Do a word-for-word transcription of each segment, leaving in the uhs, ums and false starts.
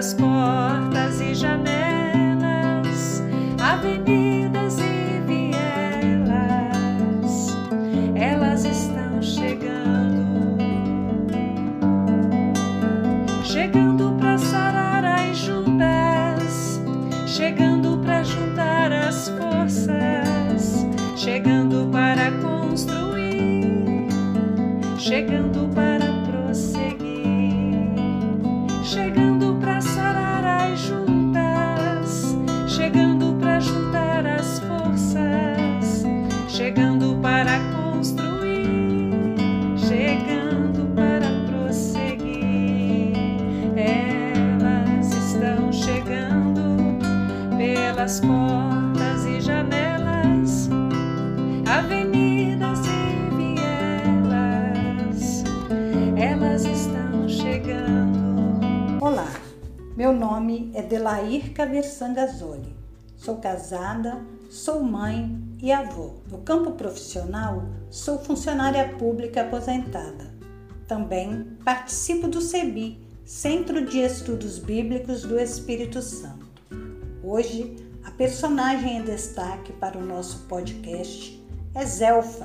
pelas portas e janelas, avenidas e vielas, elas estão chegando, chegando para sarar as juntas, chegando para juntar as forças, chegando para construir, chegando para prosseguir, chegando para sarar as juntas, chegando para juntar as forças, chegando para construir, chegando para prosseguir. Elas estão chegando pelas portas e janelas, avenidas e vielas, elas estão chegando. Olá, meu nome é Delair Caversangasoli. Sou casada, sou mãe e avó. No campo profissional, sou funcionária pública aposentada. Também participo do CEBI, Centro de Estudos Bíblicos do Espírito Santo. Hoje, a personagem em destaque para o nosso podcast é Zelfa,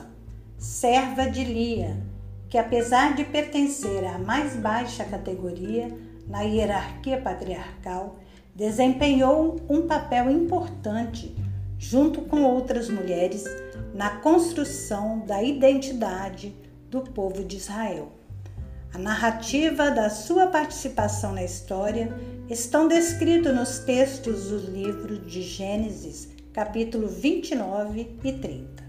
serva de Lia, que apesar de pertencer à mais baixa categoria na hierarquia patriarcal, desempenhou um papel importante junto com outras mulheres na construção da identidade do povo de Israel. A narrativa da sua participação na história estão descritos nos textos dos livros de Gênesis, capítulo vinte e nove e trinta.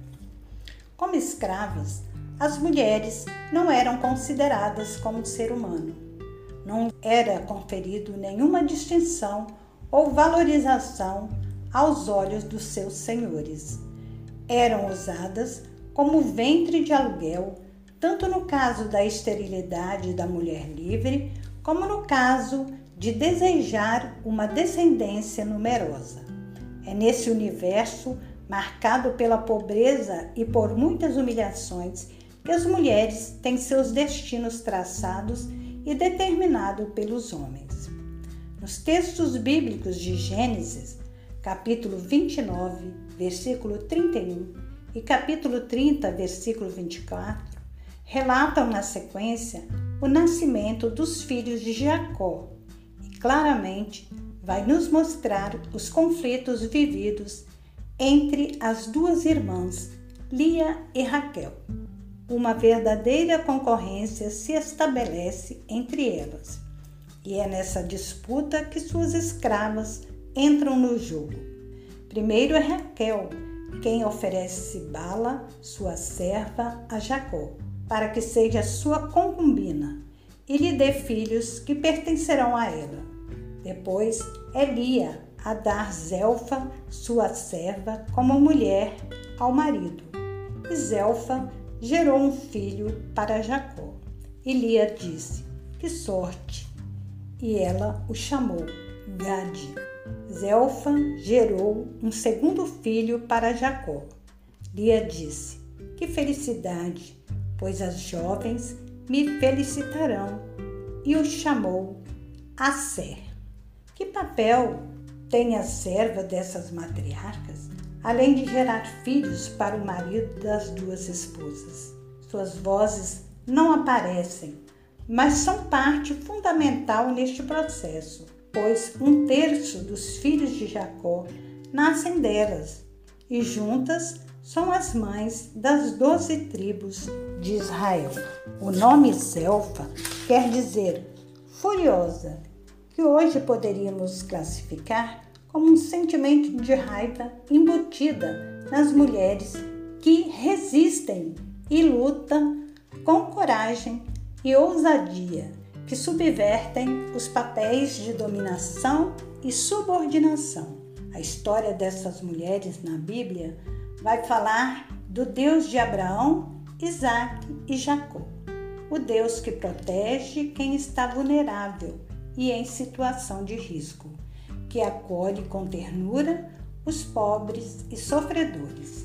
Como escravas, as mulheres não eram consideradas como ser humano. Não era conferido nenhuma distinção ou valorização aos olhos dos seus senhores. Eram usadas como ventre de aluguel, tanto no caso da esterilidade da mulher livre, como no caso de desejar uma descendência numerosa. É nesse universo marcado pela pobreza e por muitas humilhações que as mulheres têm seus destinos traçados e determinados pelos homens. Nos textos bíblicos de Gênesis, capítulo vinte e nove, versículo trinta e um e capítulo trinta, versículo vinte e quatro, relatam na sequência o nascimento dos filhos de Jacó e claramente vai nos mostrar os conflitos vividos entre as duas irmãs, Lia e Raquel. Uma verdadeira concorrência se estabelece entre elas, e é nessa disputa que suas escravas entram no jogo. Primeiro é Raquel, quem oferece Bala, sua serva, a Jacó, para que seja sua concubina e lhe dê filhos que pertencerão a ela. Depois é Lia a dar Zelfa, sua serva, como mulher ao marido. E Zelfa gerou um filho para Jacó. E Lia disse: que sorte! E ela o chamou Gade. Zelfa gerou um segundo filho para Jacó. Lia disse: que felicidade, pois as jovens me felicitarão. E o chamou Asser. Que papel tem a serva dessas matriarcas, além de gerar filhos para o marido das duas esposas? Suas vozes não aparecem, mas são parte fundamental neste processo, pois um terço dos filhos de Jacó nascem delas, e juntas são as mães das doze tribos de Israel. O nome Zelfa quer dizer furiosa, que hoje poderíamos classificar como um sentimento de raiva embutida nas mulheres que resistem e lutam com coragem e ousadia, que subvertem os papéis de dominação e subordinação. A história dessas mulheres na Bíblia vai falar do Deus de Abraão, Isaque e Jacó, o Deus que protege quem está vulnerável e em situação de risco, que acolhe com ternura os pobres e sofredores.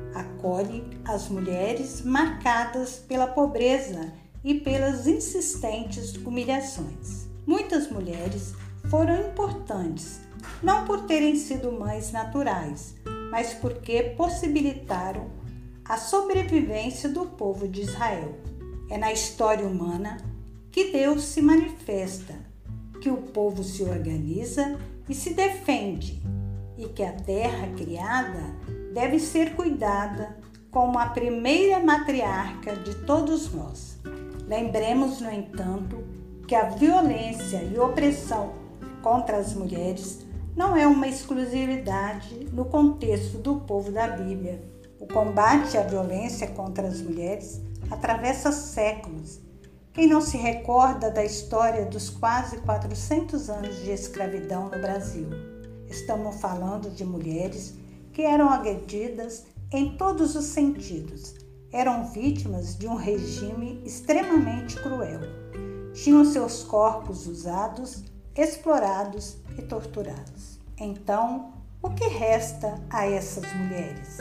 Acolhe as mulheres marcadas pela pobreza e pelas insistentes humilhações. Muitas mulheres foram importantes, não por terem sido mães naturais, mas porque possibilitaram a sobrevivência do povo de Israel. É na história humana que Deus se manifesta, que o povo se organiza e se defende, e que a terra criada deve ser cuidada como a primeira matriarca de todos nós. Lembremos, no entanto, que a violência e opressão contra as mulheres não é uma exclusividade no contexto do povo da Bíblia. O combate à violência contra as mulheres atravessa séculos. Quem não se recorda da história dos quase quatrocentos anos de escravidão no Brasil? Estamos falando de mulheres que eram agredidas em todos os sentidos. Eram vítimas de um regime extremamente cruel. Tinham seus corpos usados, explorados e torturados. Então, o que resta a essas mulheres?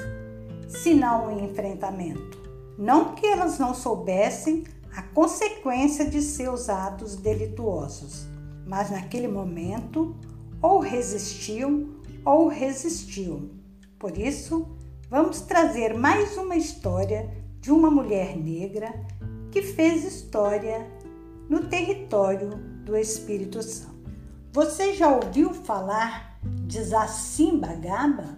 Senão o enfrentamento. Não que elas não soubessem a consequência de seus atos delituosos, mas naquele momento ou resistiam ou resistiam. Por isso, vamos trazer mais uma história de uma mulher negra que fez história no território do Espírito Santo. Você já ouviu falar de Zacimba Gaba?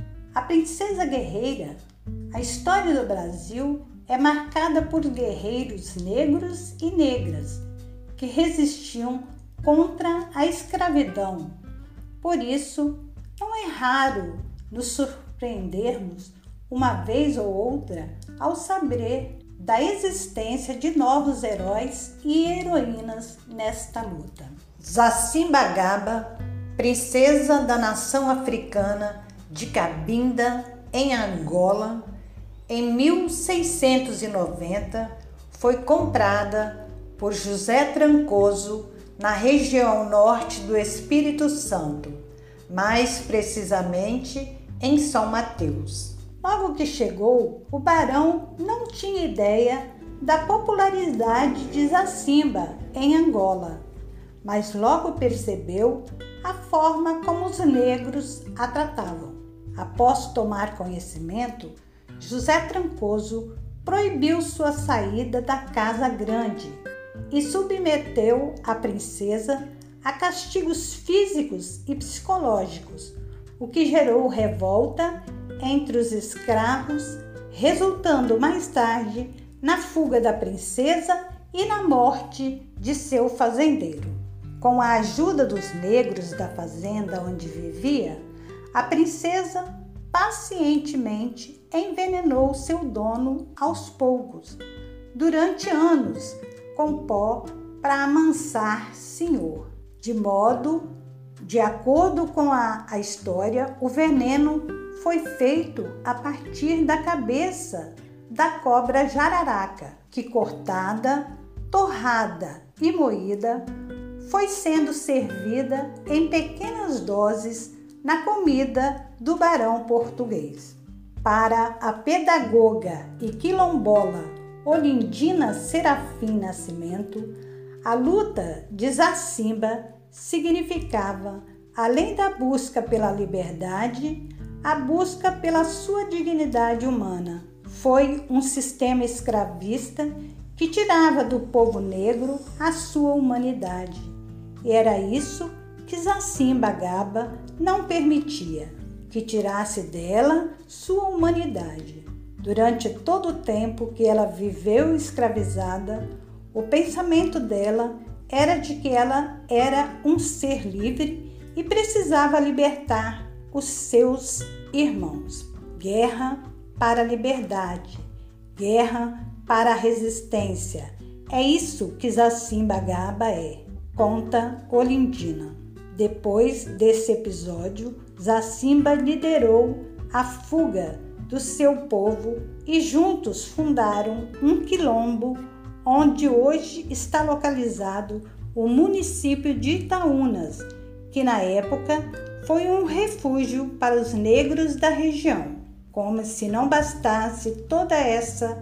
A princesa guerreira. A história do Brasil é marcada por guerreiros negros e negras que resistiam contra a escravidão. Por isso, não é raro nos surpreendermos uma vez ou outra ao saber da existência de novos heróis e heroínas nesta luta. Zacimba Gaba, princesa da nação africana de Cabinda, em Angola, em mil seiscentos e noventa, foi comprada por José Trancoso na região norte do Espírito Santo, mais precisamente em São Mateus. Logo que chegou, o barão não tinha ideia da popularidade de Zacimba em Angola, mas logo percebeu a forma como os negros a tratavam. Após tomar conhecimento, José Trancoso proibiu sua saída da Casa Grande e submeteu a princesa a castigos físicos e psicológicos, o que gerou revolta entre os escravos, resultando mais tarde na fuga da princesa e na morte de seu fazendeiro. Com a ajuda dos negros da fazenda onde vivia, a princesa pacientemente envenenou seu dono aos poucos, durante anos, com pó para amansar senhor. De modo, de acordo com a, a história, o veneno foi feito a partir da cabeça da cobra jararaca, que cortada, torrada e moída, foi sendo servida em pequenas doses na comida do barão português. Para a pedagoga e quilombola Olindina Serafim Nascimento, a luta de Zacimba significava, além da busca pela liberdade, a busca pela sua dignidade humana. Foi um sistema escravista que tirava do povo negro a sua humanidade. E era isso que Zacimba Gaba não permitia, que tirasse dela sua humanidade. Durante todo o tempo que ela viveu escravizada, o pensamento dela era de que ela era um ser livre e precisava libertar os seus irmãos. Guerra para a liberdade, guerra para a resistência. É isso que Zacimba Gaba é, conta Olindina. Depois desse episódio, Zacimba liderou a fuga do seu povo e juntos fundaram um quilombo onde hoje está localizado o município de Itaúnas, que na época foi um refúgio para os negros da região. Como se não bastasse toda essa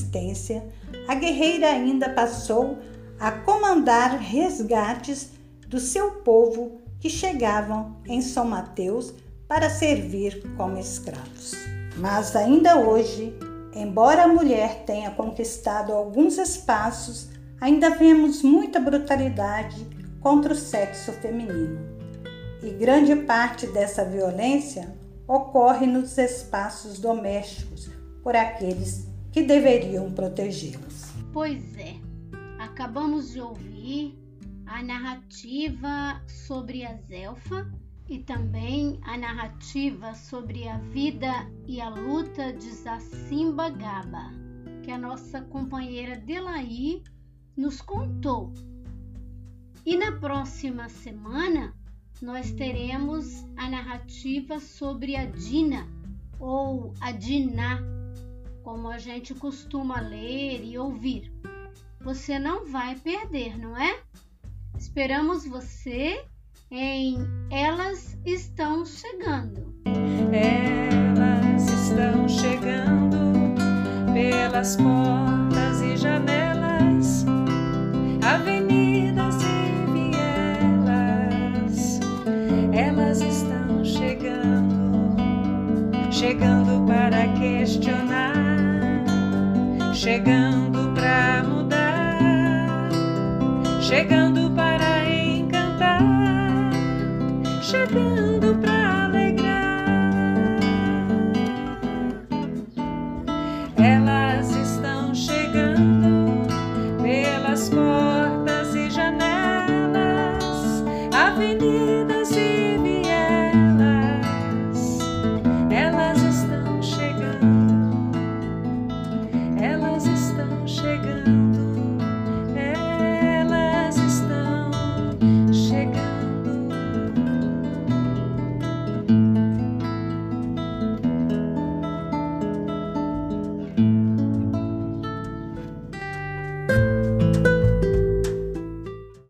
persistência, a guerreira ainda passou a comandar resgates do seu povo que chegavam em São Mateus para servir como escravos. Mas ainda hoje, embora a mulher tenha conquistado alguns espaços, ainda vemos muita brutalidade contra o sexo feminino. E grande parte dessa violência ocorre nos espaços domésticos por aqueles que deveriam protegê-los. Pois é, acabamos de ouvir a narrativa sobre a Zelfa e também a narrativa sobre a vida e a luta de Zacimba Gaba, que a nossa companheira Delaí nos contou. E na próxima semana nós teremos a narrativa sobre a Dina, ou a Diná, como a gente costuma ler e ouvir. Você não vai perder, não é? Esperamos você em Elas Estão Chegando. Elas estão chegando pelas portas e janelas, avenidas e vielas. Elas estão chegando, chegando para questionar, chegando para mudar, chegando